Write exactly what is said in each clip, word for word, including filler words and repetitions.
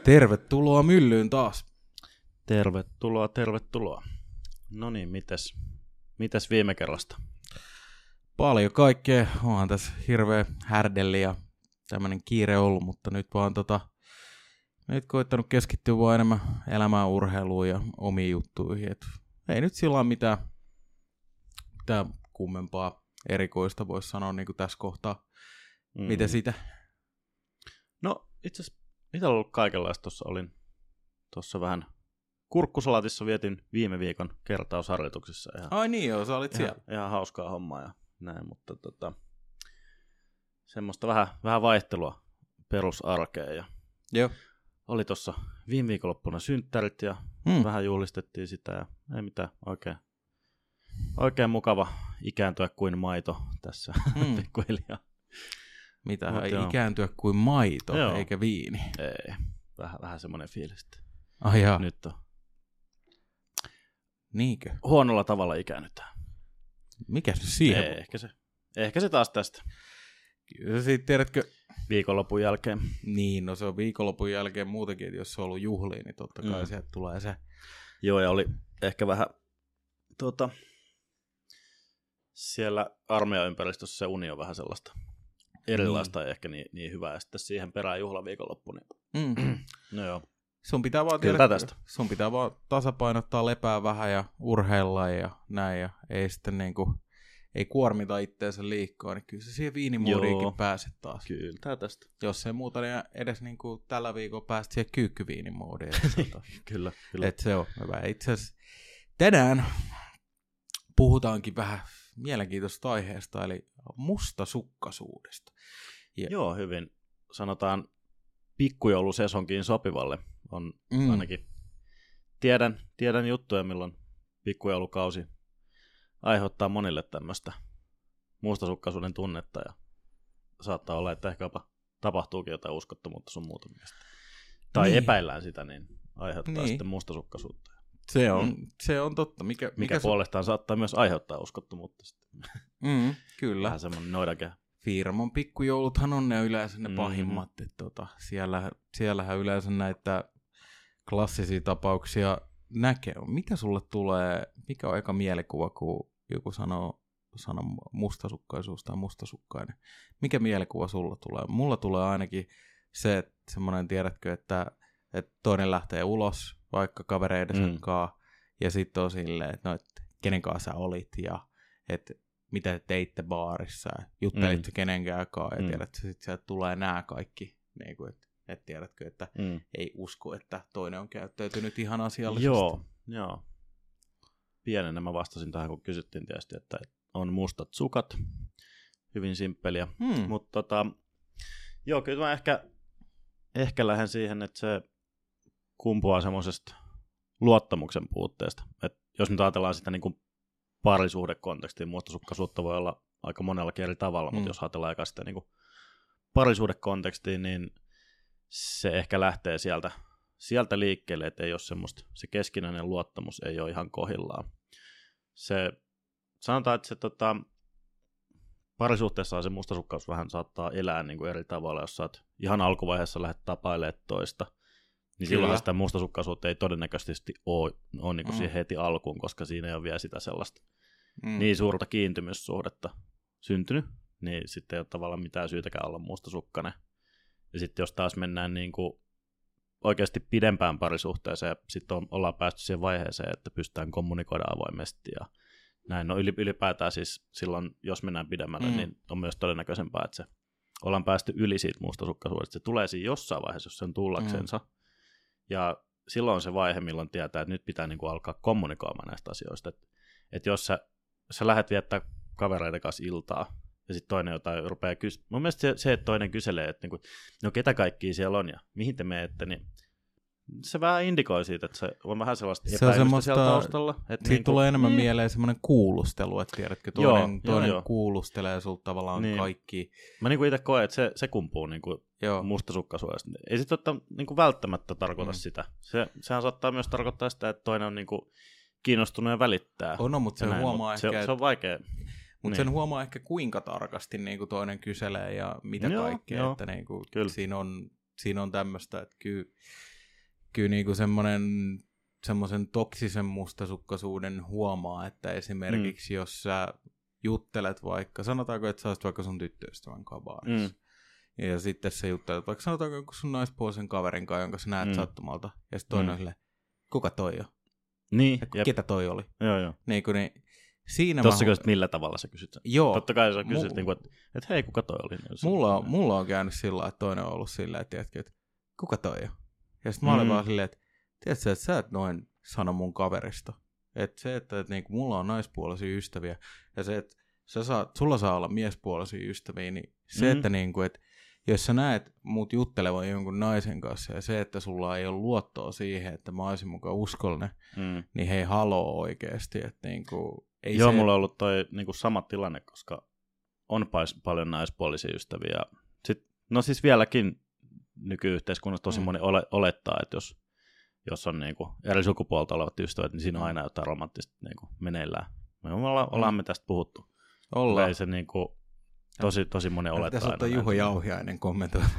Tervetuloa myllyyn taas. Tervetuloa, tervetuloa. No niin, mitäs, mitäs viime kerrasta? Paljon kaikkea. Onhan tässä hirveä härdelli ja tämmönen kiire ollut, mutta nyt vaan tota, nyt koittanut keskittyä vaan enemmän elämään, urheiluun ja omiin juttuihin. Et ei nyt sillä mitään, mitään kummempaa erikoista voisi sanoa niin kuin tässä kohtaa. Mm. Miten sitä? No itse asiassa, mitä on ollut kaikenlaista? Tuossa olin tuossa vähän kurkkusalaatissa, vietin viime viikon kertausharjoituksissa. Ihan, Ai niin joo, sä olit ihan, siellä. ihan hauskaa hommaa ja näin, mutta tota, semmoista vähän, vähän vaihtelua perusarkeen. Ja joo. oli tuossa viime viikonloppuna synttärit ja hmm. vähän juhlistettiin sitä ja ei mitään, oikein, oikein mukava ikääntyä kuin maito tässä hmm. pikkuhiljaa. Mitähän ei ikääntyä kuin maito, joo. eikä viini. Ei, vähän, vähän semmoinen fiilis. Ai jaa. Nyt on. Niinkö? Huonolla tavalla ikäännytään. Mikä se siihen? Ei, ehkä se, ehkä se taas tästä. Kyllä siitä tiedätkö? Viikonlopun jälkeen. Niin, no se on viikonlopun jälkeen muutenkin, että jos se on ollut juhliin, niin totta kai mm. sieltä tulee se. Joo, ja oli ehkä vähän tuota, siellä armeijan ympäristössä se uni on vähän sellaista erilaista, mm. ja ehkä niin, niin hyvää. Ja sitten siihen perään juhlaviikonloppu, niin mm. no joo. Sun pitää, vaan tiedä, sun pitää vaan tasapainottaa, lepää vähän ja urheilla ja näin, ja ei sitten niinku, ei kuormita itteensä liikkoa, niin kyllä se siihen viinimoodiinkin pääset taas. Kyllä, tästä. Jos ei muuta, niin edes niinku tällä viikolla pääset siihen kyykkyviinimoodiin. Kyllä, kyllä. Et se on hyvä. Itse asiassa tänään puhutaankin vähän mielenkiintoisesta aiheesta, eli mustasukkaisuudesta. Ja joo, hyvin sanotaan pikkujoulusesonkiin sopivalle. On mm. ainakin tiedän, tiedän juttuja, milloin pikkujoulukausi aiheuttaa monille tämmöistä mustasukkaisuuden tunnetta ja saattaa olla, että ehkä jopa tapahtuukin jotain uskottomuutta sun muuta mielestä. Tai niin. epäillään sitä, niin aiheuttaa niin. sitten mustasukkaisuutta. Se on, mm. se on totta. Mikä, mikä, mikä puolestaan su- saattaa myös aiheuttaa uskottomuutta sitten. Mm, kyllä. Vähän semmoinen noidankehä. Firman pikkujouluthan on ne yleensä ne Mm-hmm. pahimmat. Että tota, siellä, siellähän yleensä näitä klassisia tapauksia näkee. Mikä sulle tulee, mikä on eka mielikuva, kun joku sanoo, sanoo mustasukkaisuus tai mustasukkainen? Mikä mielikuva sulla tulee? Mulla tulee ainakin se, että semmoinen, tiedätkö, että, että toinen lähtee ulos vaikka kavereidensa mm. kanssa, ja sitten on silleen, että no, et kenen kanssa sä olit, ja että mitä te teitte baarissa, juttelit mm. kenenkään kanssa, ja mm. tiedät, että sitten sieltä tulee nämä kaikki, niin kuin, että et tiedätkö, että mm. ei usko, että toinen on käyttäytynyt ihan asiallisesti. Joo, joo. Pienenä mä vastasin tähän, kun kysyttiin tietysti, että on mustat sukat. Hyvin simppeliä. Hmm. Mutta tota, joo, kyllä mä ehkä, ehkä lähden siihen, että se kumpuaa semmoisesta luottamuksen puutteesta. Et jos nyt ajatellaan sitä niin kuin parisuhdekontekstia, mustasukkaisuutta voi olla aika monellakin eri tavalla, hmm. mutta jos ajatellaan aika sitä niin kuin parisuhdekontekstia, niin se ehkä lähtee sieltä, sieltä liikkeelle, että ei ole semmoista, se keskinäinen luottamus ei ole ihan kohdillaan. Se, sanotaan, että se tota, parisuhteessa se mustasukkaus vähän saattaa elää niin kuin eri tavalla, jos sä oot ihan alkuvaiheessa lähdet tapailemaan toista, niin Kyllä. silloin sitä mustasukkaisuutta ei todennäköisesti ole, ole niin kuin mm. siihen heti alkuun, koska siinä ei ole vielä sitä sellaista mm. niin suurta kiintymyssuhdetta syntynyt, niin sitten ei ole tavallaan mitään syytäkään olla mustasukkainen. Ja sitten jos taas mennään niin kuin oikeasti pidempään parisuhteeseen, sitten on, ollaan päästy siihen vaiheeseen, että pystytään kommunikoida avoimesti ja näin. No ylipäätään siis silloin, jos mennään pidemmälle, mm. niin on myös todennäköisempää, että se ollaan päästy yli siitä mustasukkaisuudesta. Se tulee siinä jossain vaiheessa, jos sen tullaksensa. Mm. Ja silloin on se vaihe, milloin tietää, että nyt pitää niin kuin alkaa kommunikoimaan näistä asioista. Että et jos sä, jos sä lähdet viettää kavereiden kanssa iltaa, ja sitten toinen jotain rupeaa kysyä. Mun mielestä se, se, että toinen kyselee, että niinku, no ketä kaikkia siellä on ja mihin te menette, niin se vähän indikoi siitä, että se on vähän sellaista se epäilystä siellä taustalla. Että siitä niinku, tulee enemmän mm. mieleen semmoinen kuulustelu, että tiedätkö, toinen, joo, toinen joo, kuulustelee sulta tavallaan niin. kaikki. Mä niinku itse koen, että se, se kumpuu niinku mustasukkaisuudesta. Ei se totta, niinku välttämättä tarkoita mm. sitä. Se, sehän saattaa myös tarkoittaa sitä, että toinen on niinku kiinnostunut ja välittää. On, no, mutta se näin, huomaa mutta ehkä, se, se on vaikea. Mutta niin. sen huomaa ehkä kuinka tarkasti niin kuin toinen kyselee ja mitä joo, kaikkea, joo, että niin kuin, siinä on, siinä on tämmöistä, että kyllä, kyllä niinku semmoinen semmoisen toksisen mustasukkaisuuden huomaa, että esimerkiksi mm. jos sä juttelet vaikka, sanotaanko, että sä olisit vaikka sun tyttöystävän kabarissa, mm. ja sitten sä juttelet vaikka, sanotaanko joku sun naispuolisen kaverin kanssa, jonka sä näet mm. sattumalta, ja sitten toinen mm. on silleen, kuka toi on? Niin. Ketä toi oli? Joo, joo. Niin, kun niin, siinä Tuossa mä... kysyt, millä tavalla sä kysyt sen? Joo. Totta kai sä kysyt, mu... niin kuin, että, että hei, kuka toi oli? Niin mulla, on, mulla on käynyt sillä, että toinen on ollut silleen, että, tiedätkö, että kuka toi on? Ja sitten mä olin mm. vaan silleen, että tiedätkö, että sä et noin sano mun kaverista. Että se, että, että niinku, mulla on naispuolisia ystäviä, ja se, että sä saat, sulla saa olla miespuolisia ystäviä, niin se, mm. että niinku, että jos sä näet mut juttelevan jonkun naisen kanssa, ja se, että sulla ei ole luottoa siihen, että mä olisin mukaan uskollinen, mm. niin hei, haloo oikeesti. Että niinku, ei Joo, se... mulla on ollut toi niinku sama tilanne, koska on pais, paljon naispuolisia ystäviä. Sit, no siis vieläkin nykyyhteiskunnassa tosi mm. moni ole, olettaa, että jos jos on niinku eri sukupuolta olevat ystävät, niin siinä on aina jotain romanttista niinku meneillään. Me olla, ollaan me tästä puhuttu. Ollaan. Ei se niinku, tosi, tosi moni olettaa. Pitäisi ottaa Juho Jauhiainen kommentoimaan.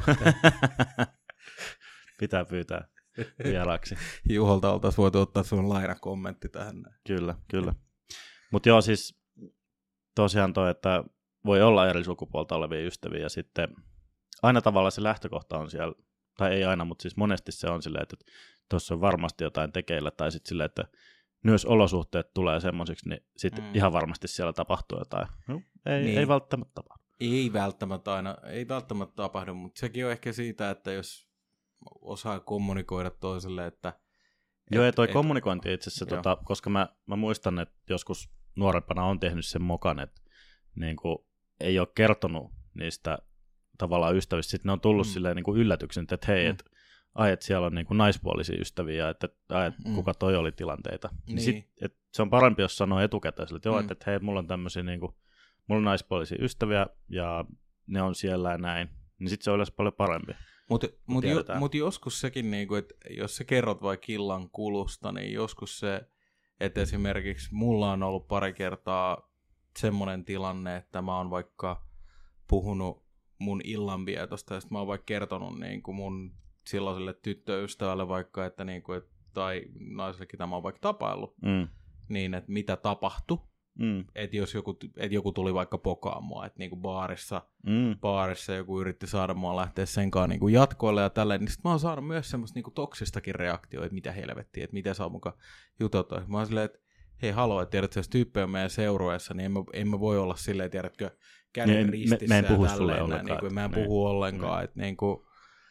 Pitää pyytää vieraksi. Juholta oltaisiin voitu ottaa sun lainakommentti tähän. Kyllä, kyllä. Mutta joo, siis tosiaan toi, että voi olla eri sukupuolta olevia ystäviä, ja sitten aina tavallaan se lähtökohta on siellä, tai ei aina, mutta siis monesti se on silleen, että tuossa on varmasti jotain tekeillä, tai sitten silleen, että myös olosuhteet tulee semmoisiksi, niin sitten mm. ihan varmasti siellä tapahtuu jotain. No, ei, niin. ei välttämättä tapahdu. Ei välttämättä aina, ei välttämättä tapahdu, mutta sekin on ehkä siitä, että jos osaa kommunikoida toiselle, että... Joo, ja toi et, kommunikointi itse asiassa, tota, koska mä, mä muistan, että joskus nuorempana on tehnyt sen mokan, että niin kuin, ei ole kertonut niistä tavallaan ystävistä, sitten ne on tullut mm. silleen niin kuin yllätyksen, että hei, mm. et, ai, että siellä on niin kuin naispuolisia ystäviä, että ai, et, mm. kuka toi oli tilanteita. Niin. Niin sit, et, se on parempi, jos sanoo etukäteen sille, että joo, mm. että et, hei, mulla on tämmöisiä, niin kuin, mulla on naispuolisia ystäviä, ja ne on siellä ja näin, niin sitten se on yleensä paljon parempi. Mutta mut jo, mut joskus sekin, niinku, että jos sä kerrot vaikka illan kulusta, niin joskus se, että esimerkiksi mulla on ollut pari kertaa semmoinen tilanne, että mä oon vaikka puhunut mun illanvietosta, ja sitten mä oon vaikka kertonut niinku mun silloiselle tyttöystävälle vaikka, että niinku, et, tai naisellekin tämä on vaikka tapaillut, mm. niin että mitä tapahtui. Mm. Että jos joku, et joku tuli vaikka pokaan mua, että niinku baarissa, mm. baarissa joku yritti saada mua lähteä senkaan niinku jatkoille ja tälleen, niin sit mä oon saanut myös semmoista niinku toksistakin reaktioa, että mitä helvettiä, että mitä saa mukaan jututtaa. Mä oon silleen, että hei haloo, että tiedätkö, jos tyyppejä on meidän seurueessa, niin en mä, en mä voi olla silleen, tiedätkö, käden ristissä me, me ja tälleen. Näin, niinku, mä en puhu ollenkaan, että niinku,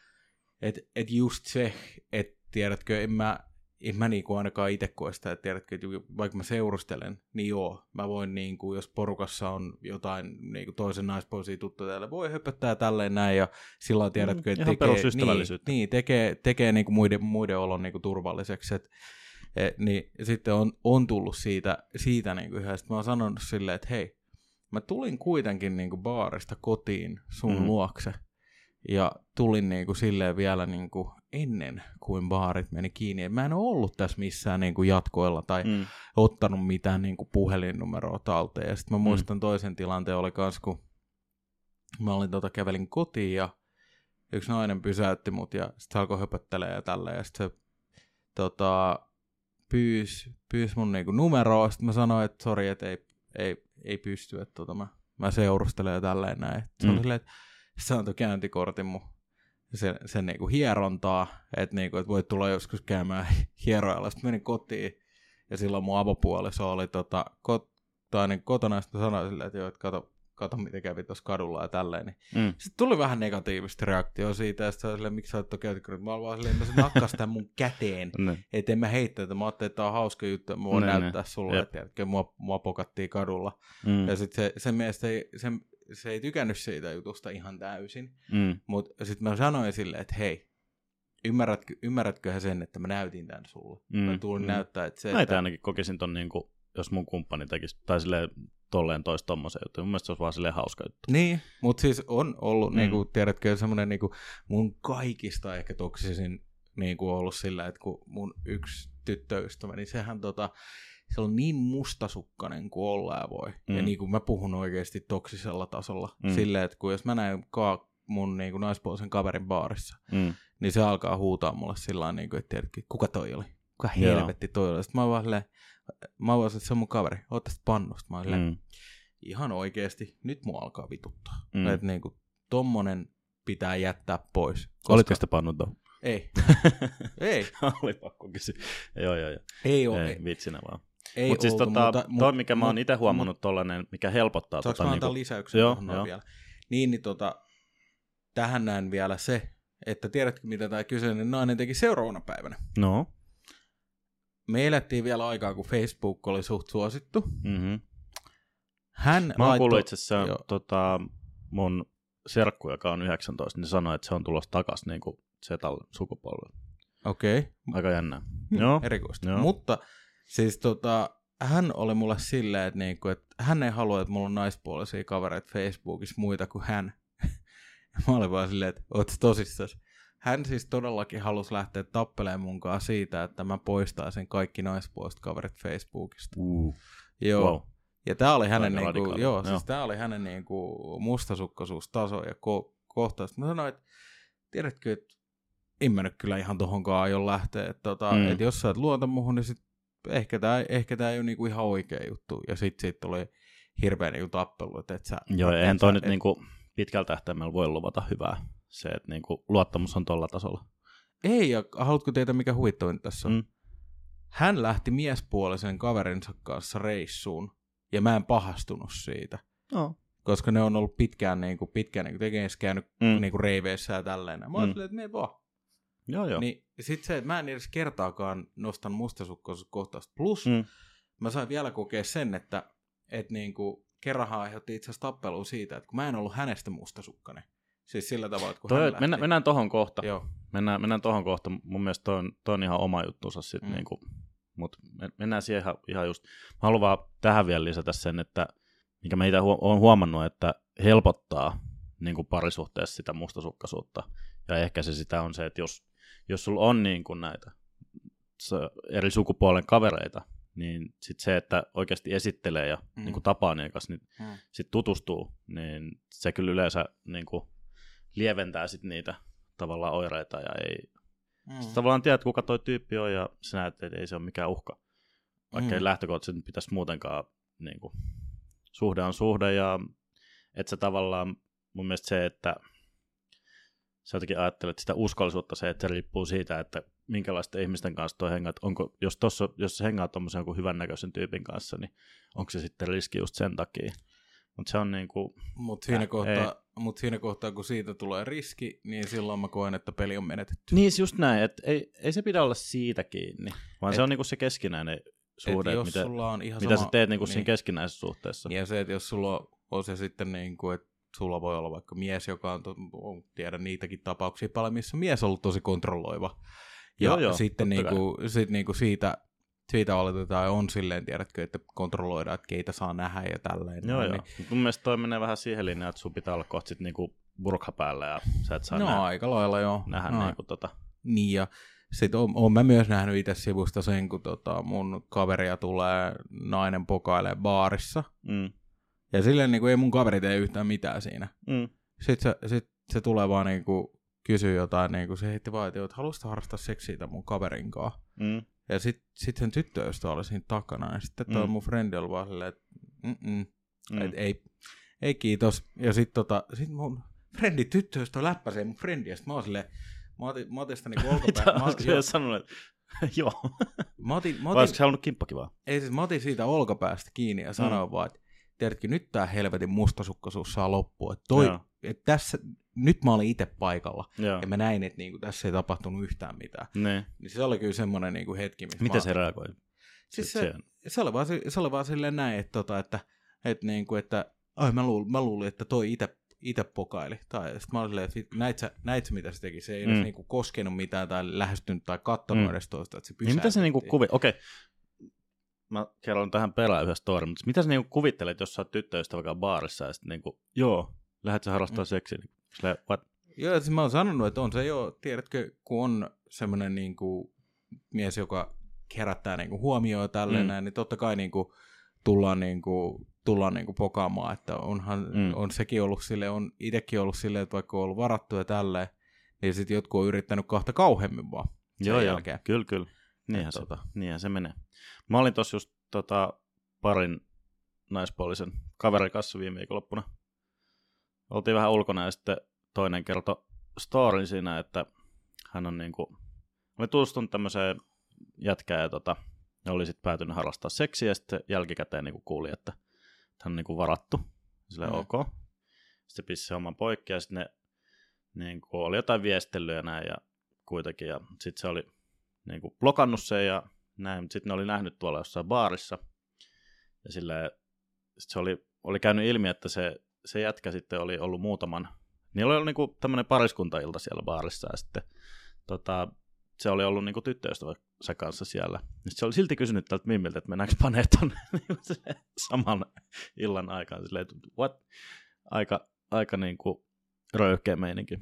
et, et just se, että tiedätkö, en mä, en mä niinku ainakaan itse koe sitä, että tiedätkö, että vaikka mä seurustelen, niin joo, mä voin niinku, jos porukassa on jotain niinku toisen naispuolisia tuttuja, voi höpöttää tälleen näin, ja silloin tiedätkö, että mm, tekee, niin, niin, tekee, tekee niinku muiden, muiden olon niinku turvalliseksi, että et, niin sitten on, on tullut siitä, siitä niinku ihan, sitten mä oon sanonut silleen, että hei, mä tulin kuitenkin niinku baarista kotiin sun mm. luokse, ja tulin niinku silleen vielä niinku ennen kuin baarit meni kiinni. Mä en ole ollut tässä missään niinku jatkoilla tai mm. ottanut mitään niinku puhelinnumeroa talteen. Ja sitten mä muistan mm. toisen tilanteen oli kans, kun mä olin tota, kävelin kotiin ja yksi nainen pysäytti mut ja sitten se alkoi höpöttelee ja tälleen. Ja sitten se tota, pyysi pyys mun niinku numeroa. Sitten mä sanoin, että sori, että ei, ei, ei pysty, että tota, mä, mä seurustelen ja tälleen näin. Se mm. oli silleen, että se antoi käyntikortin mun sen, sen niinku hierontaa, että niinku, et voit tulla joskus käymään hierojalla. Sitten menin kotiin ja silloin mun avopuoliso oli tota, kot, tai niin kotona ja sitten sanoin silleen, että joo, et kato, kato mitä kävi tuossa kadulla ja tälleen. Niin. Mm. Sitten tuli vähän negatiivista reaktioa siitä ja sitten silleen, miksi sä oot käyntikortin. Mä olin vaan silleen, että se nakkas tämän mun käteen, että en mä heittää, että mä ajattelin, että tää on hauska juttu, mä voin ne, näyttää ne. sulle, yep. että mua, mua pokattiin kadulla. Mm. Ja sitten se, se mielestä ei, sen, se ei tykännyt siitä jutusta ihan täysin, mm. mutta sitten mä sanoin silleen, että hei, ymmärrätkö, ymmärrätköhän sen, että mä näytin tämän sulle. Mm. Mä tulin mm. näyttää, että se... Mä että... ainakin kokisin ton, niin kuin, jos mun kumppani tekisi, tai silleen tolleen toisi tommosen juttu. Mun mielestä se olisi vaan silleen hauska juttu. Niin, mutta siis on ollut, mm. niin kuin, tiedätkö, semmoinen niin kuin, mun kaikista ehkä toksisin niin kuin ollut sillä, että kun mun yksi tyttöystävä, niin sehän tota... Se on niin mustasukkainen kuin ollaan voi. Mm. Ja niin kuin mä puhun oikeasti toksisella tasolla. Mm. Silleen, että kun jos mä näen ka- mun niin kuin naispuolisen kaverin baarissa, mm. niin se alkaa huutaa mulle sillä tavalla, niin kuin, että tiedätkö, kuka toi oli? Kuka helvetti toi oli? Sitten mä oon vaan silleen, mä oon vaan, että se on mun kaveri, oot tästä pannusta. Mä oon silleen, mm. ihan oikeesti, nyt mua alkaa vituttaa. Mm. Että niinku, tommonen pitää jättää pois. Koska... Olitko sitä pannut tuon? Ei. Ei. Oli pakko kysyä. Joo, joo, joo. Ei ole. Ei, vitsinä vaan. Mutta siis tota, mutta, toi, mikä mut, mä oon itse huomannut mut, tollanen, mikä helpottaa. Saanko tota, mä antaa niinku... lisäyksen joo, joo. vielä? Niin, niin tota, tähän näen vielä se, että tiedätkö mitä tämä kyseinen nainen teki seuraavana päivänä? No. Me elettiin vielä aikaa, kun Facebook oli suht suosittu. Mm-hmm. Hän mä oon laittoi... kuullut itse asiassa tota, mun serkku, joka on yhdeksäntoista, niin sanoi, että se on tulossa takaisin niin kuin Zetal sukupolvelle. Okei. Okay. Aika jännää. Hmm, Joo. Erikoista. Joo. Mutta siis tota, hän oli mulle silleen, että, niinku, että hän ei halua, että mulla on naispuolisia kavereita Facebookissa muita kuin hän. Mä olin vaan silleen, että oot tosissas. Hän siis todellakin halusi lähteä tappelemaan mun kanssa siitä, että mä poistaisin kaikki naispuoliset kaverit Facebookista. Uh. Joo. Wow. Ja tää oli hänen, niinku, joo, siis tää oli hänen niinku mustasukkaisuustaso ja ko- kohtaus. Mä sanoin, että tiedätkö, että en mä nyt kyllä ihan tohonkaan aion lähteä. Että tota, mm. et jos sä et luota muhun, niin sit ehkä tää, ehkä tää ei ole niinku ihan oikea juttu. Ja sit siitä tuli hirveä niinku tappelu. Että et sä, joo, eihän toi sä, nyt et... niinku pitkällä tähtäimellä voi luvata hyvää. Se, että niinku luottamus on tolla tasolla. Ei, ja haluatko tietää mikä huvittavin tässä on? Mm. Hän lähti miespuolisen kaverinsa kanssa reissuun. Ja mä en pahastunut siitä. No. Koska ne on ollut pitkään, niin kuin, pitkään niin kuin tekemässä käynyt mm. niin kuin reiveissä ja tälleen. Mä oon mm. silleen, että mene vaan. Joo, joo. Niin sit se, että mä en edes kertaakaan nostan mustasukkaisuuskohtausta. Plus mm. mä sain vielä kokea sen, että et niin kuin, kerranhan aiheutti itse asiassa tappelua siitä, että kun mä en ollut hänestä mustasukkainen. Siis sillä tavalla, että kun toi, hän lähti. Mennään, mennään tohon kohta. Joo. Mennään, mennään tohon kohta. Mun mielestä toi on, toi on ihan oma juttunsa sit mm. niinku. Mutta mennään siihen ihan, ihan just. Mä haluan vaan tähän vielä lisätä sen, että mikä mä itse huom- olen huomannut, että helpottaa niin kuin parisuhteessa sitä mustasukkaisuutta. Ja ehkä se sitä on se, että jos, jos sulla on niin kuin näitä eri sukupuolen kavereita, niin sit se, että oikeasti esittelee ja mm. niin kuin tapaa niiden kanssa, niin mm. sit tutustuu, niin se kyllä yleensä niin kuin lieventää sit niitä tavallaan oireita ja ei... Mm. Sitten tavallaan tiedät, kuka toi tyyppi on, ja sä näet, että ei se ole mikään uhka. Vaikka mm. ei lähtökohtaisesti pitäisi muutenkaan, niin kuin, suhde on suhde, ja että se tavallaan, mun mielestä se, että sä jotenkin ajattelet sitä uskollisuutta, se, että se riippuu siitä, että minkälaisten ihmisten kanssa toi hengaat, onko, jos, tossa, jos sä hengaat tommosen jonkun hyvännäköisen tyypin kanssa, niin onko se sitten riski just sen takia. Mutta se on niinku... Mutta siinä, mut siinä kohtaa, kun siitä tulee riski, niin silloin mä koen, että peli on menetetty. Niin just näin, että ei, ei se pidä olla siitä kiinni, vaan et, se on niinku se keskinäinen suhde, että mitä, mitä sama, sä teet niinku niin, siinä keskinäisessä suhteessa. Ja se, että jos sulla on se sitten niin kuin, että sulla voi olla vaikka mies, joka on, on tiedän niitäkin tapauksia paljon, missä mies on ollut tosi kontrolloiva. Ja joo, joo, sitten niinku, sit niinku siitä... Siitä oletetaan ja on silleen, tiedätkö, että kontrolloidaan, että keitä saa nähdä ja tälleen. Joo, niin. joo. Mun mielestä toi menee vähän siihen linjaan, että sun pitää olla kohta sit niinku burka päällä ja sä et saa no, nähdä, aika lailla joo. nähdä no. niinku tota. Niin ja sit oon, oon mä myös nähnyt itse sivusta sen, kun tota mun kaveria tulee nainen pokailee baarissa. Mm. Ja silleen niinku ei mun kaveri tee yhtään mitään siinä. Mm. Sitten se, sit se tulee vaan niinku kysyy jotain, niinku se heitti vaan, että haluaisit harrastaa seksiä tämän mun kaverin kanssa. Mm. Ja sitten sit sen tyttöystä oli siinä takana, ja sitten toi mm. mun frendi oli vaan silleen, että mm. et ei, ei kiitos. Ja sitten tota, sit mun frendi tyttöystä läppäsee mun frendiä, ja sit mä oon silleen, mä otin, mä otin sitä niinku olkapäästä. Mitä olisiko jo sanonut, että joo. Mä otin, mä otin, vai olisiko se halunnut kimppakivaa? Ei siis, mä otin siitä olkapäästä kiinni ja sanoin mm. vaan, että tiedätkö, nyt tää helvetin mustasukkaisuus saa loppua. Että toi, et tässä, nyt mä olin itse paikalla, joo. ja mä näin, että niinku, tässä ei tapahtunut yhtään mitään. Ne. Niin se oli kyllä semmoinen niinku hetki, missä miten mä... se reagoi? Siis se, se, oli vaan, se oli vaan silleen näin, että, tota, että, että, niinku, että ai, mä, luulin, mä luulin, että toi ite, ite pokaili. Tai sitten mä olin silleen, että näit sä, näit sä mitä se teki? Se ei mm. edes niinku koskenut mitään tai lähestynyt tai katsonut mm. edes toista, että se pysäytettiin. Niin mitä se niinku kuvi... Okei. Okay. Mä kerron tähän perään yhden story, mutta mitä sä niinku kuvittelet, jos sä oot tyttöystävä vaikka baarissa ja sitten niinku, joo, lähdet sä harrastaa mm. seksiä? Niin, silleen, what? Joo, siis mä oon sanonut, että on se joo, tiedätkö, kun on semmoinen niinku mies, joka herättää niinku huomioon tälleen mm. näin, niin totta kai niinku tullaan niinku tullaan niinku pokaamaan, että onhan mm. on sekin ollut silleen, on itsekin ollut silleen, että vaikka on ollut varattu ja tälleen, niin sitten jotkut on yrittänyt kahta kauheammin vaan sen joo, jälkeen. Joo, kyllä, kyllä. Niinhän, tota. se, niinhän se menee. Mä olin tuossa just tota, parin naispuolisen kaverin kanssa viime viikonloppuna. Oltiin vähän ulkona ja sitten toinen kertoi storin siinä, että hän on niinku, oli tutustunut tämmöiseen jätkään ja tota, oli sitten päätynyt harrastaa seksiä ja sitten jälkikäteen niinku kuuli, että hän on niinku varattu. Silleen mm. ok. Sitten pissi se oman poikki ja sitten ne niinku, oli jotain viestellyä ja näin ja kuitenkin. Ja sitten se oli niinku, blokannut sen ja näin, mutta sitten ne oli nähnyt tuolla jossain baarissa. Ja silleen, sit se oli, oli käynyt ilmi, että se, se jätkä sitten oli ollut muutaman, niillä oli ollut niinku tämmöinen pariskuntailta siellä baarissa ja sitten tota, se oli ollut niinku tyttöystävänsä kanssa siellä. Ja se oli silti kysynyt tältä mimmiltä, että mennäänkö panee tonne saman illan aikaan. Silleen, että what? Aika, aika niinku röyhkeä meininki.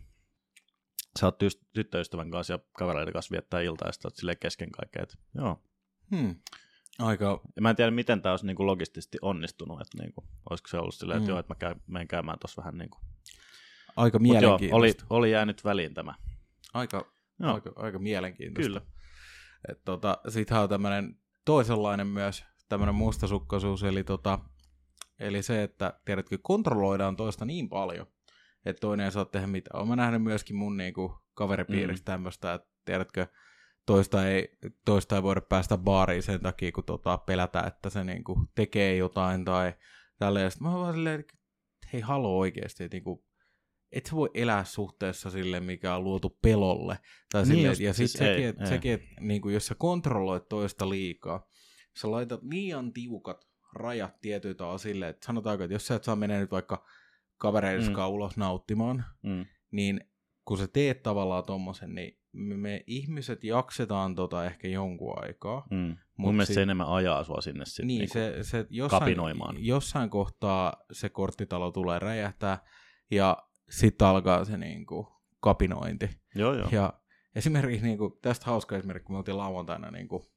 Sä oot tyttöystävän kanssa ja kavereiden kanssa viettää iltaa ja sitten oot silleen kesken kaikkea. Että, joo. Hmm. Aika... Ja mä en tiedä, miten tää olisi niinku logistisesti onnistunut. Että niinku, olisiko se ollut silleen, että hmm. joo, että mä käyn, menen käymään tuossa vähän niinku. Aika mielenkiintoista. Joo, oli, oli jäänyt väliin tämä. Aika, aika, aika mielenkiintoista. Kyllä. Et tota, sittenhän on tämmöinen toisenlainen myös, tämmöinen mustasukkaisuus, eli, tota, eli se, että tiedätkö, kontrolloidaan toista niin paljon, että toinen ei saa tehdä mitään. Olen mä nähnyt myöskin mun niinku, kaveripiiristä mm. tämmöistä, että tiedätkö, toista ei, toista ei voida päästä baariin sen takia, kun tota, pelätään, että se niinku, tekee jotain tai tälleen. Sitten mä oon vaan silleen, että hei, haloo oikeasti, että niinku, et sä voi elää suhteessa sille, mikä on luotu pelolle. Tai niin silleen, ja sitten siis sekin, että sekin, et, niin jos sä kontrolloit toista liikaa, sä laitat liian tiukat rajat tietyiltä asille, että sanotaanko, että jos sä et saa mennä nyt vaikka kavereiden mm. ulos nauttimaan, mm. niin kun sä teet tavallaan tommosen, niin me, me ihmiset jaksetaan tota ehkä jonkun aikaa. Mm. Mun mielestä sit, se enemmän ajaa sua sinne sitten niin, niinku se, se jossain, kapinoimaan. Jossain kohtaa se korttitalo tulee räjähtää, ja sitten alkaa se niinku kapinointi. Joo, joo. Ja esimerkiksi niinku, tästä hauska esimerkki, kun me oltiin lauantaina niinku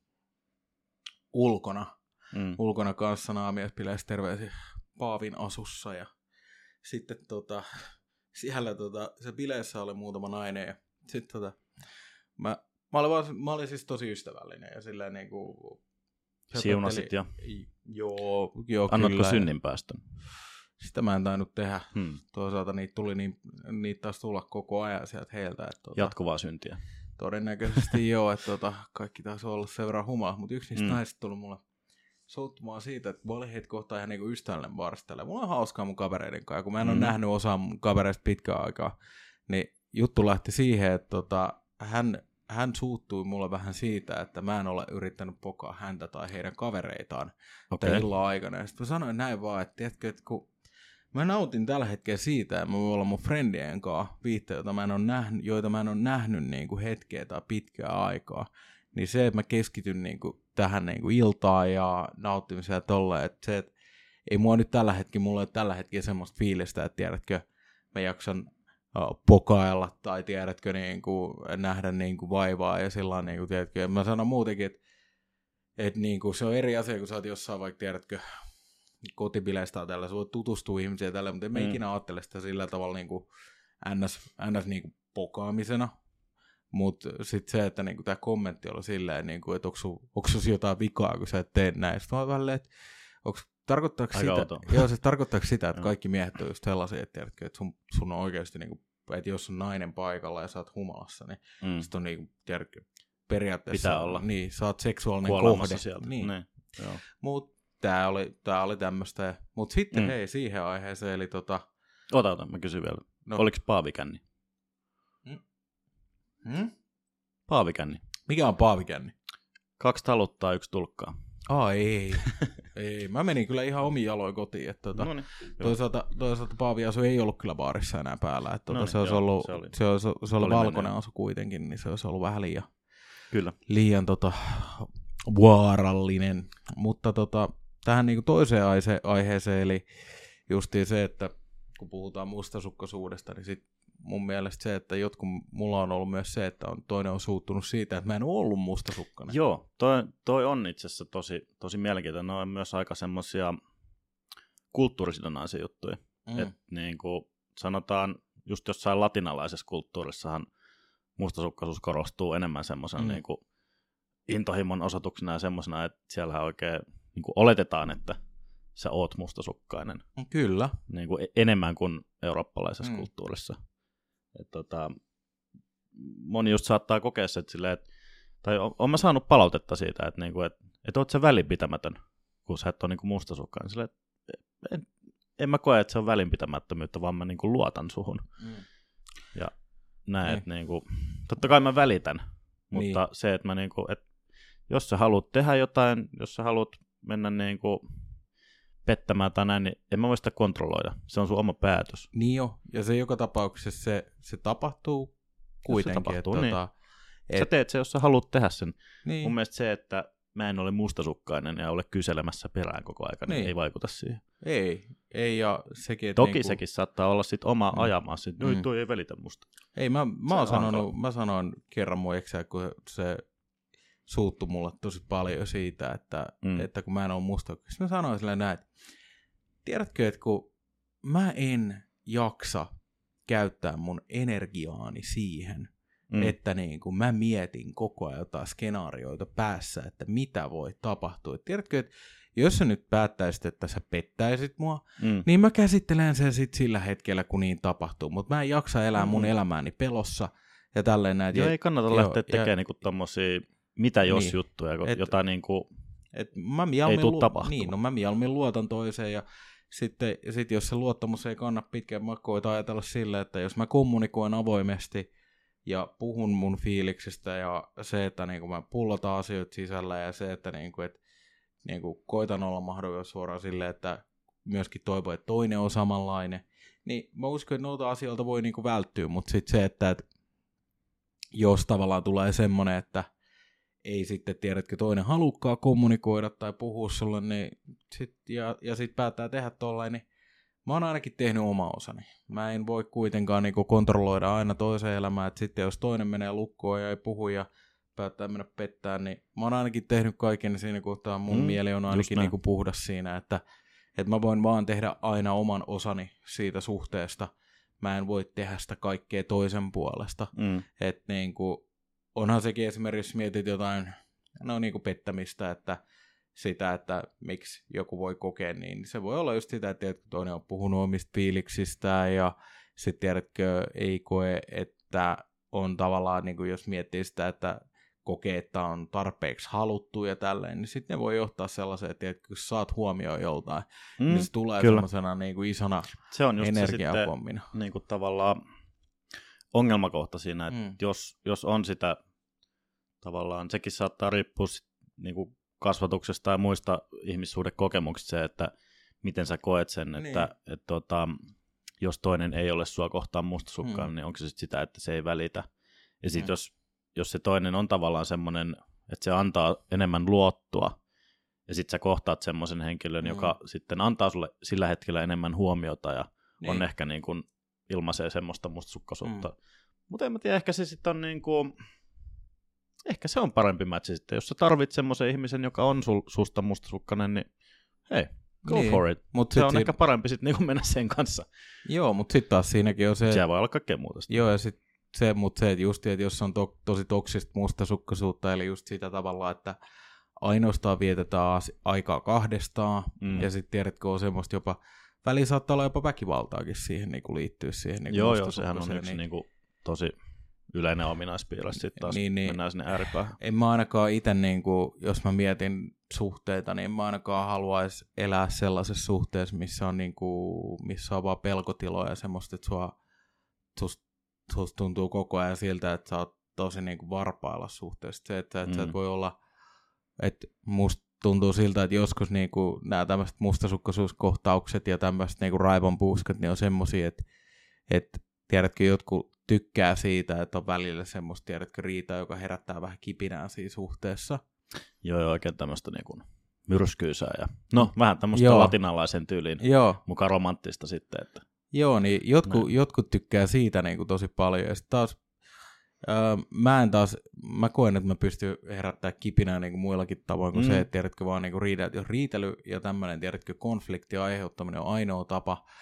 ulkona, mm. ulkona kanssa naamiespileissä terveisiä Paavin asussa. Ja sitten tota, siellä tota, se bileissä oli muutama nainen. Ja sitten tota, mä, mä, olin vaan, mä olin siis tosi ystävällinen ja silleen niinku... Siunasit ja... Joo, joo Annatko kyllä. synninpäästön? Sitä mä en tainnut tehdä. Hmm. Toisaalta niitä tuli niin, niitä taas tulla koko ajan sieltä heiltä. Että, tuota, jatkuvaa syntiä. Todennäköisesti joo, että tuota, kaikki taisi olla sen verran humala. Mutta yksi niistä hmm. naisista tuli mulle souttumaan siitä, että mä olin heitä kohtaa ihan niinku ystävällinen barstelle. Mulla on hauskaa mun kavereiden kanssa. Kun mä en hmm. ole nähnyt osaa mun kavereista pitkään aikaa, niin juttu lähti siihen, että tota, hän, hän suuttui mulle vähän siitä, että mä en ole yrittänyt pokaa häntä tai heidän kavereitaan okay. illan aikana. Ja sitten mä sanoin näin vaan, että tiedätkö, että kun mä nautin tällä hetkellä siitä, että mä voin olla mun friendien kanssa viittejä, joita mä en ole nähnyt, joita mä en ole nähnyt niin kuin hetkeä tai pitkää aikaa. Niin se, että mä keskityn niin kuin tähän niin kuin iltaan ja nauttimiseen ja tolleen, että se, että ei mua nyt tällä hetkellä, mulla ei ole tällä hetkellä semmoista fiilistä, että tiedätkö, mä jaksan uh, pokailla tai tiedätkö, niin kuin, nähdä niin kuin vaivaa ja sillä niin kuin, tiedätkö, ja mä sanon muutenkin, että, että niin kuin, se on eri asia, kun sä oot jossain vaikka, tiedätkö, kotibileistä tai tällä, sä voit tutustua ihmisiä tällä, mutta en mm. mä ikinä ajattele sitä sillä tavalla niin kuin ns, ns niin kuin pokaamisena, mutta sitten se, että niin tämä kommentti oli silleen, niin kuin, että onko sinussa jotain vikaa, kun sä et tee näin, sitten mä oon että onko, tarkoittaako sitä, joo, se tarkoittaako sitä, että kaikki miehet on just sellaisia, että, tiedätkö, että sun, sun on oikeasti, niin kuin, että jos on nainen paikalla ja sä oot humalassa, niin mm. sit on niin kuin, tiedätkö, periaatteessa, pitää olla. Niin, sä oot seksuaalinen kuolemassa kohde. Sieltä. Niin. Ne, joo. Mut tää oli, tää oli tämmöstä. Mut sitten mm. hei, siihen aiheeseen, eli tota... Ota, ota, mä kysyn vielä. No. Oliko paavikänni? Hmm? Hmm? Paavikänni. Mikä on paavikänni? Kaksi taluttaa, yksi tulkkaa. Aa, ei. ei. Mä menin kyllä ihan omiin jaloin kotiin. Että tota, Noniin, toisaalta, toisaalta paaviasu ei ollut kyllä baarissa enää päällä. Että tota, Noniin, se olisi joo, ollut, se oli, se olisi, se oli valkoinen mennyt. Asu kuitenkin, niin se olisi ollut vähän liian, kyllä. liian tota, vaarallinen. Mutta tota, tähän niinku toiseen aihe- aiheeseen, eli justiin se, että kun puhutaan mustasukkaisuudesta, niin sit mun mielestä se, että jotkut, mulla on ollut myös se, että on, toinen on suuttunut siitä, että mä en ole ollut mustasukkainen. Joo, toi, toi on itse asiassa tosi, tosi mielenkiintoinen. Ne on myös aika semmoisia kulttuurisidonnaisia juttuja. Mm. Että niin kuin sanotaan, just jossain latinalaisessa kulttuurissahan mustasukkaisuus korostuu enemmän semmoisena mm. niin kuin intohimon osoituksena ja semmoisena, että siellä oikein niin kuin oletetaan, että sä oot mustasukkainen. Kyllä. Niin kuin enemmän kuin eurooppalaisessa mm. kulttuurissa. Et tota, moni just saattaa kokea se, että silleen, että, tai on, on mä saanut palautetta siitä, että, niin kuin, että, että oot sä välinpitämätön, kun sä et ole niin kuin mustasukkainen. Silleen, että en, en mä koe, että se on välinpitämättömyyttä, vaan mä niin kuin luotan suhun. Mm. Ja näin, että niin kuin, totta kai mä välitän, mutta niin. se, että mä niin kuin, että jos sä haluat tehdä jotain, jos sä haluat mennä niin kuin pettämään tai näin, niin en mä voi sitä kontrolloida. Se on sun oma päätös. Niin jo, ja se joka tapauksessa se, se tapahtuu kuitenkin. Se tapahtuu, että, niin. tota, et... Sä teet se, jos sä haluat tehdä sen. Niin. Mun mielestä se, että mä en ole mustasukkainen ja ole kyselemässä perään koko ajan, niin. niin ei vaikuta siihen. Ei, ei ja sekin, Toki niinku... sekin saattaa olla sit oma mm. ajamaa, että mm. toi ei välitä musta. Ei, mä, mä, oon sanonut, mä sanoin kerran mun eksää, kun se suuttui mulle tosi paljon siitä, että, mm. että kun mä en ole mustasukkainen. Mä sanoin silleen näin, että tiedätkö, että kun mä en jaksa käyttää mun energiaani siihen, mm. että niin kun mä mietin koko ajan jotain skenaarioita päässä, että mitä voi tapahtua. Et tiedätkö, että jos sä nyt päättäisit, että sä pettäisit mua, mm. niin mä käsittelen sen sit sillä hetkellä, kun niin tapahtuu. Mutta mä en jaksa elää mun mm. elämääni pelossa ja tälleen näin. Joo, ei kannata joo, lähteä tekemään niinku tommosia mitä jos niin, juttuja, et, jota niinku et mä ei tule tapahtumaan. Niin, no mä mieluummin luotan toiseen ja sitten sit jos se luottamus ei kanna pitkään, mä koitan ajatella sille, että jos mä kommunikoin avoimesti ja puhun mun fiiliksistä ja se, että niinku mä pullataan asioita sisällä ja se, että niinku, et, niinku koitan olla mahdollisimman suoraan silleen, että myöskin toivon, että toinen on samanlainen, niin mä uskon, että noita asioilta voi niinku välttyä, mutta sitten se, että et, jos tavallaan tulee semmoinen, että ei sitten tiedätkö toinen halukkaa kommunikoida tai puhua sulle, niin sit, ja, ja sitten päättää tehdä tollain, niin mä oon ainakin tehnyt oma osani. Mä en voi kuitenkaan niinku kontrolloida aina toisen elämää, että sitten jos toinen menee lukkoon ja ei puhu ja päättää mennä pettää, niin mä oon ainakin tehnyt kaiken siinä kohtaa. Mun mm, mieli on ainakin niinku puhdas siinä, että, että mä voin vaan tehdä aina oman osani siitä suhteesta. Mä en voi tehdä sitä kaikkea toisen puolesta. Mm. Että niinku onhan sekin esimerkiksi, mietit jotain, no niin kuin pettämistä, että sitä, että miksi joku voi kokea, niin se voi olla just sitä, että toinen on puhunut omista fiiliksistään ja sitten tiedätkö, ei koe, että on tavallaan, niin kuin jos miettii sitä, että kokee, että on tarpeeksi haluttu ja tälleen, niin sitten ne voi johtaa sellaiseen, että kun saat huomioon joltain, mm, niin se tulee semmoisena niin kuin isona energiapommina. Se on niin kuin tavallaan ongelmakohta siinä, että mm. jos, jos on sitä tavallaan, sekin saattaa riippua niin kuin kasvatuksesta ja muista ihmissuhdekokemuksista se, että miten sä koet sen, niin. että et, tota, jos toinen ei ole sua kohtaan mustasukkainen, mm. niin onko se sit sitä, että se ei välitä. Ja sitten mm. jos, jos se toinen on tavallaan semmoinen, että se antaa enemmän luottoa, ja sitten sä kohtaat semmoisen henkilön, mm. joka sitten antaa sulle sillä hetkellä enemmän huomiota, ja niin. on ehkä niin kuin ilmaisee semmoista mustasukkaisuutta. Mm. Mutta en mä tiedä, ehkä se sitten on niin kuin, ehkä se on parempi matchi sitten. Jos sä tarvit semmoisen ihmisen, joka on sul, susta mustasukkainen, niin hei, go niin. for it. Mut se on ehkä parempi sitten niinku mennä sen kanssa. Joo, mutta sitten taas siinäkin on se... Se voi olla kaikkea muuta. Joo, ja sitten se, mutta se, että just, että jos on to, tosi toksista mustasukkaisuutta, eli just sitä tavalla, että ainoastaan vietetään aikaa kahdestaan, mm. ja sitten tiedätkö, on semmoista jopa, väliin saattaa olla jopa väkivaltaakin siihen niin kuin liittyy siihen. Niin joo, joo, sehän on yksi niin... Niin kuin, tosi yleinen ominaispiirre, sitten taas niin, niin, mennään sinne ääripäähän. En mä ainakaan itse, niin kuin, jos mä mietin suhteita, niin mä ainakaan haluaisi elää sellaisessa suhteessa, missä on, niin kuin, missä on vaan pelkotiloja ja semmoista, että sua, susta, susta tuntuu koko ajan siltä, että sä oot tosi niin kuin varpailla suhteessa. Se, että, että mm. sä et voi olla, että musta tuntuu siltä, että joskus niin kuin, nämä tämmöiset mustasukkaisuuskohtaukset ja tämmöiset niin kuin raivonpuuskat, niin on semmosia, että, että tiedätkö, jotkut tykkää siitä, että on välillä semmoista, tiedätkö, riitaa, joka herättää vähän kipinää siinä suhteessa. Joo, joo, oikein tämmöistä niin kuin myrskyysää ja no, vähän tämmöistä joo. latinalaisen tyyliin joo. mukaan romanttista sitten. Että... Joo, niin jotkut, jotkut tykkää siitä niin kuin tosi paljon ja sitten taas öö, mä en taas, mä koen, että mä pystyn herättämään kipinää niin kuin muillakin tavoin kuin mm. se, että tiedätkö, vaan niin kuin riitä, jos riitely ja tämmöinen, tiedätkö, konflikti aiheuttaminen on ainoa tapa,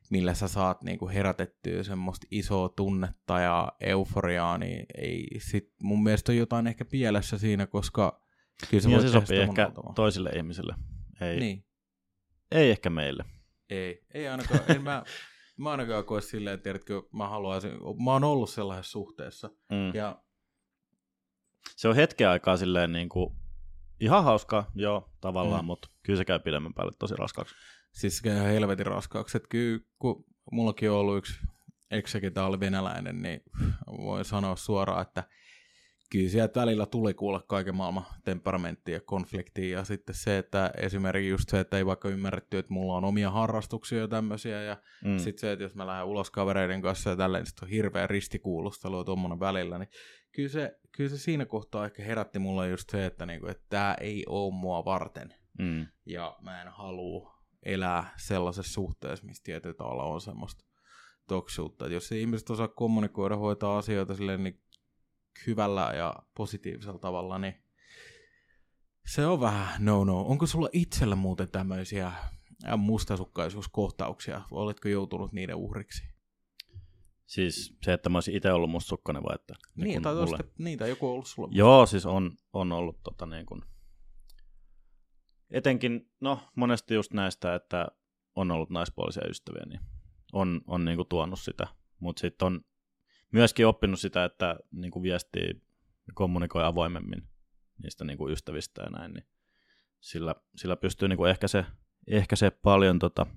millä sä saat niinku herätettyä semmoista isoa tunnetta ja euforiaa, niin ei sit mun mielestä on jotain ehkä pielessä siinä, koska kyllä se ja voi se sopii ehkä toisille ihmisille. Ei, niin. ei ehkä meille. Ei, ei ainakaan. En mä, mä ainakaan koe silleen, tiedätkö, mä haluaisin, mä oon ollut sellaisessa suhteessa. Mm. Ja se on hetken aikaa silleen niin kuin, ihan hauskaa, joo, tavallaan, mm. mutta kyllä se käy pidemmän päälle tosi raskaaksi. Siis se käy ihan helvetin raskaaksi. Että kyllä, kun mullakin on ollut yksi eksä, ketä oli venäläinen, niin voin sanoa suoraan, että kyllä sieltä välillä tuli kuulla kaiken maailman temperamenttia ja konfliktia. Ja sitten se, että esimerkiksi just se, että ei vaikka ymmärretty, että mulla on omia harrastuksia ja tämmöisiä. Ja mm. sitten se, että jos mä lähden ulos kavereiden kanssa ja tälleen, niin sitten on hirveä ristikuulustelu ja tuommoinen välillä, niin Kyllä se, kyllä se siinä kohtaa ehkä herätti mulle just se, että, niinku, että tämä ei ole mua varten. Mm. Ja mä en halua elää sellaisessa suhteessa, missä tietyllä tavalla on semmoista toksuutta. Että jos ihmiset osaa kommunikoida, hoitaa asioita silleen niin hyvällä ja positiivisella tavalla, niin se on vähän no-no. Onko sulla itsellä muuten tämmöisiä mustasukkaisuuskohtauksia? Oletko joutunut niiden uhriksi? Siis se, että mä olisin itse ollut mustasukkainen vai että... Niin, niin tai mulle... niitä joku on ollut sulla. Joo, siis on, on ollut tota niin kuin... Etenkin, no monesti just näistä, että on ollut naispuolisia ystäviä, niin on, on niin kuin tuonut sitä. Mutta sitten on myöskin oppinut sitä, että niin kuin viestii ja kommunikoi avoimemmin niistä niin kuin ystävistä ja näin, niin sillä, sillä pystyy niin kuin ehkä, se, ehkä se paljon tota,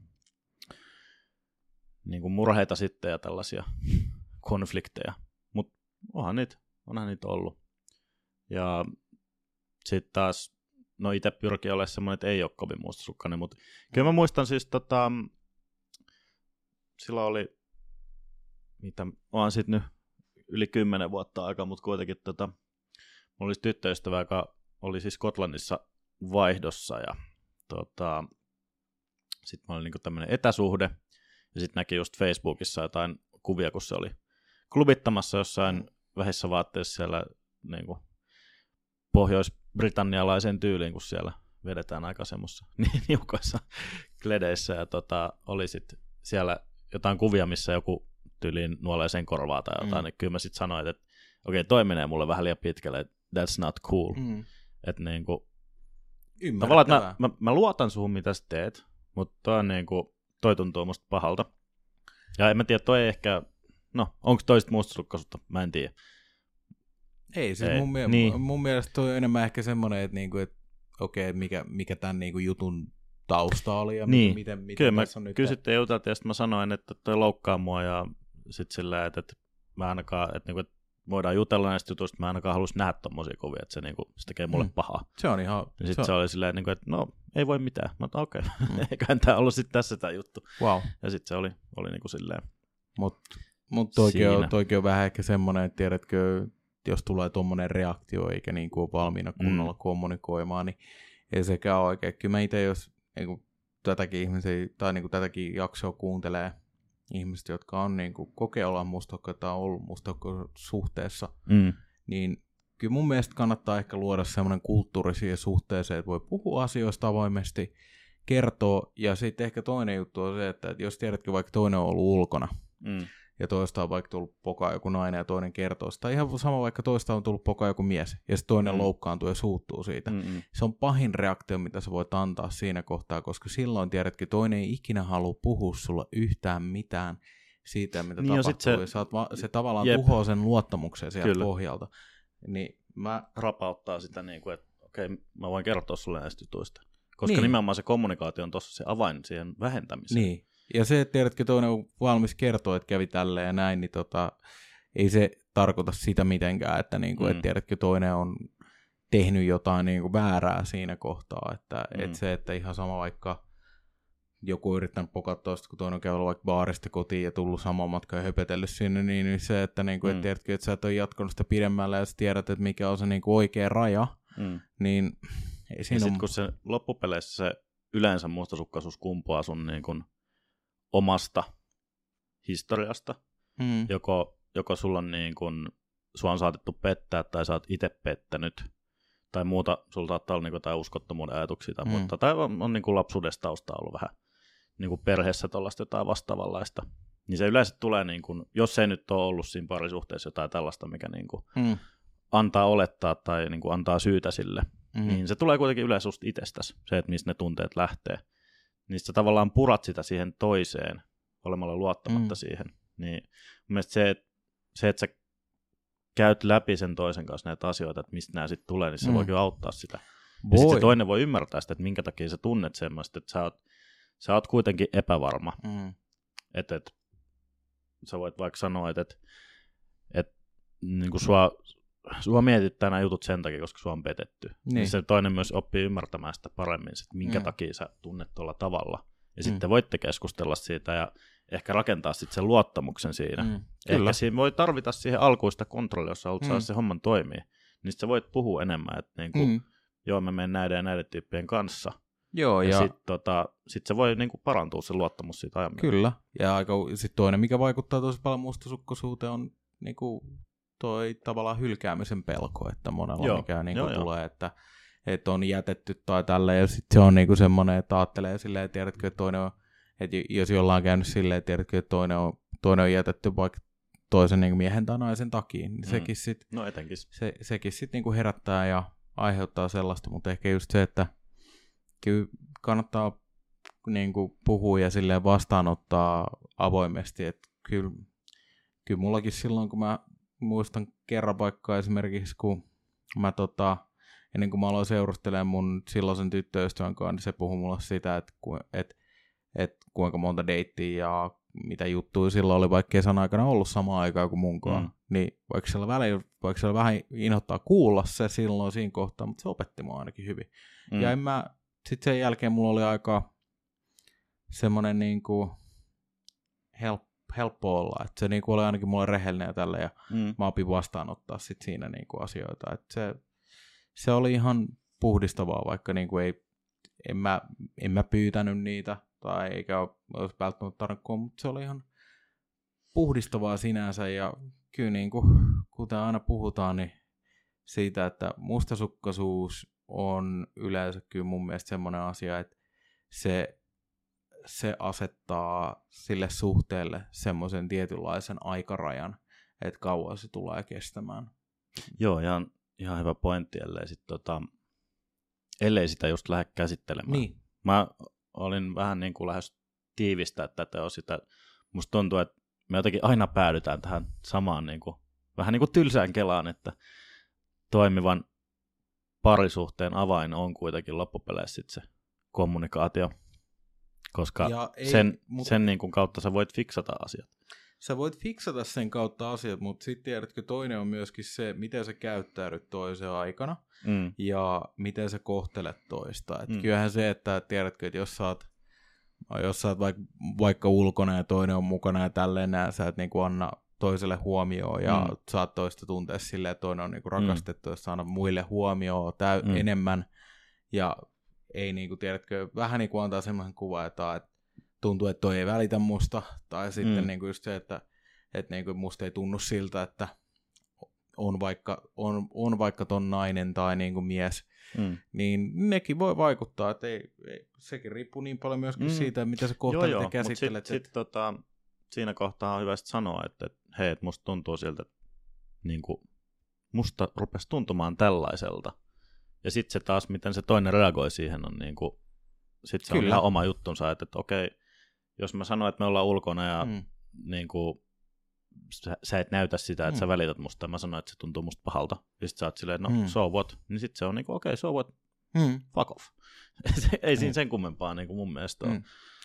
niin kuin murheita sitten ja tällaisia konflikteja, mutta onhan niitä, onhan niitä ollut. Ja sitten taas, no itse pyrkii olemaan semmoinen, että ei ole kovin mustasukkainen, mutta kyllä mä muistan siis, tota, silloin oli, mitä, onhan sitten nyt yli kymmenen vuotta aikaa, mutta kuitenkin tota, mulla olisi tyttöystävä, joka oli siis Skotlannissa vaihdossa ja tota, sitten mä olin niinku tämmöinen etäsuhde ja sitten näki just Facebookissa jotain kuvia, kun se oli klubittamassa jossain vähissä vaatteissa siellä niinku pohjois-britannialaisen tyyliin, kun siellä vedetään aika semmoissa niukoissa kledeissä ja tota, oli sitten siellä jotain kuvia, missä joku tyyliin nuolee sen korvaa tai jotain, mm. niin kyllä mä sitten sanoin, että okei, okay, toi menee mulle vähän liian pitkälle, että that's not cool. Mm. Että niinku, tavallaan, että mä, mä, mä luotan suhun, mitä sä teet, mutta toi, on niinku, toi tuntuu musta pahalta. Ja en mä tiedä, toi ei ehkä, no, onko toista mustasukkaisuutta, mä en tiedä. Ei, siis ei. Mun, mie- niin. mun mielestä toi on enemmän ehkä semmoinen, että, niinku, että okei, okay, mikä, mikä tämän niinku jutun tausta oli ja niin. miten, miten kyllä tässä on nyt. Kyllä sitten juteltiin ja sitten mä sanoin, että toi loukkaa mua ja sitten sillä, että, että mä ainakaan, että, niinku, että voidaan jutella näistä jutuista, mä ainakaan haluaisin nähdä tommosia kuvia, että se, niinku, se tekee mulle mm. pahaa. Se on ihan... Ja sitten se, se oli silleen, niinku, että no, ei voi mitään. Mä oon okei, okay. mm. eiköhän tää ollut sitten tässä tää juttu. Wow. Ja sitten se oli, oli niinku silleen... Mutta mut toikin, on, toikin on vähän ehkä semmoinen, että tiedätkö, jos tulee tommonen reaktio eikä niinku ole valmiina kunnolla mm. kommunikoimaan, niin ei sekään oikein. Kyllä mä itse, jos niinku, tätäkin ihmisiä, tai niinku, tätäkin jaksoa kuuntelee ihmiset, jotka on niinku, kokee olla mustakka tai on ollut mustakka suhteessa, mm. niin kyllä mun mielestä kannattaa ehkä luoda semmoinen kulttuuri siihen suhteeseen, että voi puhua asioista avoimesti, kertoo, ja sitten ehkä toinen juttu on se, että jos tiedätkö, vaikka toinen on ollut ulkona, mm. ja toista on vaikka tullut pokaa joku nainen ja toinen kertoo sitä. Tai ihan sama vaikka toista on tullut pokaa joku mies ja sitten toinen mm. loukkaantuu ja suuttuu siitä. Mm-mm. Se on pahin reaktio, mitä sä voit antaa siinä kohtaa, koska silloin tiedätkö, toinen ei ikinä halua puhua sulla yhtään mitään siitä, mitä niin tapahtuu. Se, ja saat va- se tavallaan jep. tuhoaa sen luottamuksen sieltä Kyllä. pohjalta. Niin mä... Rapauttaa sitä, niin kuin, että okei, okay, mä voin kertoa sulle näistä jutuista. Koska niin. nimenomaan se kommunikaatio on tuossa se avain siihen vähentämiseen. Niin. Ja se, että tiedätkö, toinen on valmis kertoa, että kävi tälleen ja näin, niin tota, ei se tarkoita sitä mitenkään, että, niinku, mm. että tiedätkö, toinen on tehnyt jotain niinku väärää siinä kohtaa. Että mm. et se, että ihan sama vaikka joku on yrittänyt pokata toista, kun toinen on käynyt vaikka baarista kotiin ja tullut saman matkan ja höpetellyt sinne, niin, niin se, että, niinku, mm. et tiedätkö, että sä et ole jatkanut sitä pidemmällä ja sä tiedät, että mikä on se niinku oikea raja, mm. niin ei siinä ja on... sitten kun se loppupeleissä se yleensä mustasukkaisuus kumpuaa sun niin kun omasta historiasta, mm. joko, joko sulla on niin kun, sua on saatettu pettää tai sä oot itse pettänyt, tai muuta, sulla saattaa olla niin jotain uskottomuuden ajatuksia tai mm. muuta, tai on, on niin kuin lapsuudesta taustaa ollut vähän niin kuin perheessä tuollaista jotain vastaavanlaista, niin se yleensä tulee, niin kuin, jos ei nyt ole ollut siinä parisuhteessa jotain tällaista, mikä niin kuin mm. antaa olettaa tai niin kuin antaa syytä sille, mm. niin se tulee kuitenkin yleensä susta itsestäsi, se, että mistä ne tunteet lähtee. Niin sä tavallaan purat sitä siihen toiseen, olemalla luottamatta mm. siihen. Niin mun mielestä se, että, se, että sä käyt läpi sen toisen kanssa näitä asioita, että mistä nämä sitten tulee, niin se mm. voi kyllä auttaa sitä. Voi. Ja sitten se toinen voi ymmärtää sitä, että minkä takia sä tunnet semmoista, että sä oot, sä oot kuitenkin epävarma. Mm. Että et, sä voit vaikka sanoa, että et, et, niin kuin sua, sua mietittää nämä jutut sen takia, koska sua on petetty. Niin. Niin se toinen myös oppii ymmärtämään sitä paremmin, että minkä mm. takia sä tunnet tuolla tavalla. Ja mm. sitten voitte keskustella siitä ja ehkä rakentaa sitten sen luottamuksen siinä. Mm. Ehkä siinä voi tarvita siihen alkuista kontrollia, jos haluat mm. saada se homman toimii. Niin sitten sä voit puhua enemmän, että niinku, mm. joo, mä menen näiden ja näiden tyyppien kanssa. Joo, ja, ja sitten tota, sit se voi niinku parantua se luottamus siitä ajan. Kyllä, ja aika sitten toinen, mikä vaikuttaa tosi paljon mustasukkaisuuteen, on niinku toi tavallaan hylkäämisen pelko, että monella joo, mikä niinku joo, tulee, joo. että että on jätetty tai tälleen, ja sitten se on niinku semmoinen, että ajattelee silleen, että tiedätkö, että toinen on, että jos jollain on käynyt silleen, että tiedätkö, että toinen on, toinen on jätetty vaikka toisen niin miehen tai naisen takia, niin mm. sekin sitten no etenkin. Se, sekin sit niinku herättää ja aiheuttaa sellaista, mutta ehkä just se, että kyllä kannattaa niinku puhua ja silleen vastaanottaa avoimesti, että kyllä, kyllä mullakin silloin, kun mä muistan kerran vaikka esimerkiksi, kun mä tota, ennen kuin mä aloin seurustelemaan mun silloisen tyttöystävän kanssa, niin se puhui mulle sitä, että, että, että kuinka monta deittiä ja mitä juttuja silloin oli vaikka kesän aikana ollut samaan aikaan kuin munkaan. Mm. Niin vaikka siellä, välillä, vaikka siellä vähän inhottaa kuulla se silloin siinä kohtaa, mutta se opetti mua ainakin hyvin. Mm. Ja en mä, sit sen jälkeen mulla oli aika semmoinen niinku help, helppo olla, että se niinku oli ainakin mulle rehellinen ja tällä, ja mm. mä opin vastaanottaa sit siinä niinku asioita. Että se, se oli ihan puhdistavaa, vaikka niinku ei, en, mä, en mä pyytänyt niitä, tai eikä olisi välttämättä tarkkoa, mutta se oli ihan puhdistavaa sinänsä, ja kyllä niin kuin, kuten aina puhutaan, niin siitä, että mustasukkaisuus on yleensä kyllä mun mielestä semmoinen asia, että se, se asettaa sille suhteelle semmoisen tietynlaisen aikarajan, että kauan se tulee kestämään. Joo, ihan, ihan hyvä pointti, ellei, sit, tota, ellei sitä just lähde käsittelemään. Niin. Mä olin vähän niin kuin lähes tiivistää tätä osita. Musta tuntuu, että me jotenkin aina päädytään tähän samaan niin kuin, vähän niin kuin tylsään kelaan, että toimivan parisuhteen avain on kuitenkin loppupeleissä sit se kommunikaatio, koska ei, sen, mutta sen niin kuin kautta sä voit fiksata asiat. Sä voit fiksata sen kautta asiat, mutta sitten tiedätkö, toinen on myöskin se, miten sä käyttäydyt toisen aikana mm. ja miten sä kohtelet toista. Et mm. Kyllähän se, että tiedätkö, että jos sä oot, jos sä oot vaikka, vaikka ulkona ja toinen on mukana ja tälleen nää, sä et niinku anna toiselle huomioon ja mm. saat toista tuntea silleen, että toinen on niinku rakastettu, mm. jos sä annat muille huomioon täy- mm. enemmän ja ei niinku, tiedätkö, vähän niinku antaa semmoisen kuvan, että tuntuu, että toi ei välitä musta, tai sitten mm. niinku just se, että, että niinku musta ei tunnu siltä, että on vaikka, on, on vaikka ton nainen tai niinku mies, mm. niin nekin voi vaikuttaa, että ei, ei, sekin riippuu niin paljon myöskin mm. siitä, mitä sä kohtelet joo, ja käsittelet. Sitten sit, tota, siinä kohtaa on hyvä sanoa, että, että hei, et musta tuntuu siltä, että niinku, musta rupesi tuntumaan tällaiselta. Ja sitten se taas, miten se toinen reagoi siihen, on niinku, sitten se Kyllä. on ihan oma juttunsa, että, että okei, jos mä sanon, että me ollaan ulkona ja mm. niinku, sä, sä et näytä sitä, että mm. sä välität musta, ja mä sanon, että se tuntuu musta pahalta, ja sit sä oot silleen, no mm. so what, niin sit se on niinku, okei, okay, so what, mm. fuck off. Ei mm. siinä sen kummempaa niinku mun mielestä mm. ole.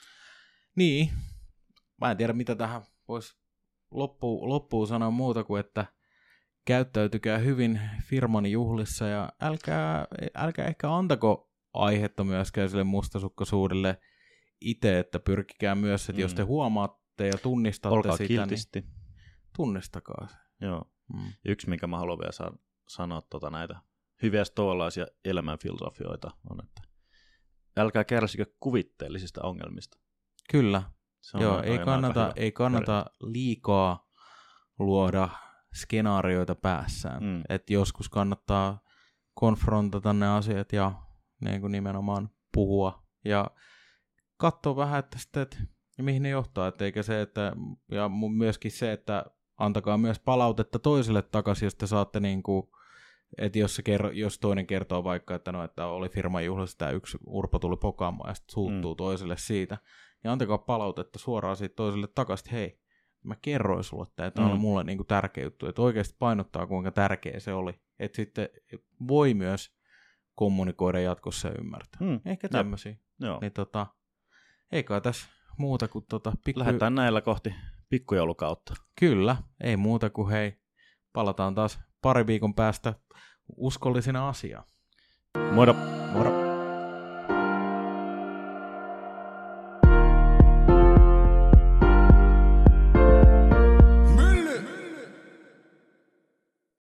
Niin, mä en tiedä mitä tähän voisi loppuun, loppuun sanoa muuta kuin, että käyttäytykää hyvin firman juhlissa, ja älkää, älkää ehkä antako aihetta myöskään sille mustasukkaisuudelle itse, että pyrkikää myös, että mm. jos te huomaatte ja tunnistatte Olkaa sitä, kiltisti. Niin tunnistakaa se. Joo. Mm. Yksi, minkä mä haluan vielä saa, sanoa tota näitä hyviä stoalaisia elämänfilosofioita on, että älkää kärsikö kuvitteellisista ongelmista. Kyllä. Joo, ei kannata, ei kannata liikaa luoda skenaarioita päässään. Mm. Että joskus kannattaa konfrontata ne asiat ja niin kuin nimenomaan puhua. Ja katsoa vähän, että, sitten, että ja mihin ne johtaa, että eikä se, että, ja myöskin se, että antakaa myös palautetta toisille takaisin, jos te saatte niin kuin, että jos, se kerro, jos toinen kertoo vaikka, että, no, että oli firman juhlassa, tämä yksi urpo tuli pokaamaan ja sitten suuttuu mm. toiselle siitä, niin antakaa palautetta suoraan siitä toiselle takaisin, että hei, mä kerroin sulle, että tämä mm. on mulle niin kuin tärkeä juttu, että oikeasti painottaa, kuinka tärkeä se oli, että sitten voi myös kommunikoida jatkossa ja ymmärtää. Mm. Ehkä tämmöisiä. No. Niin tota, eikä tässä muuta kuin tota pikku... Lähdetään näillä kohti pikkujoulukautta. Kyllä, ei muuta kuin hei, palataan taas pari viikon päästä uskollisina asiaan. Moro! Moro!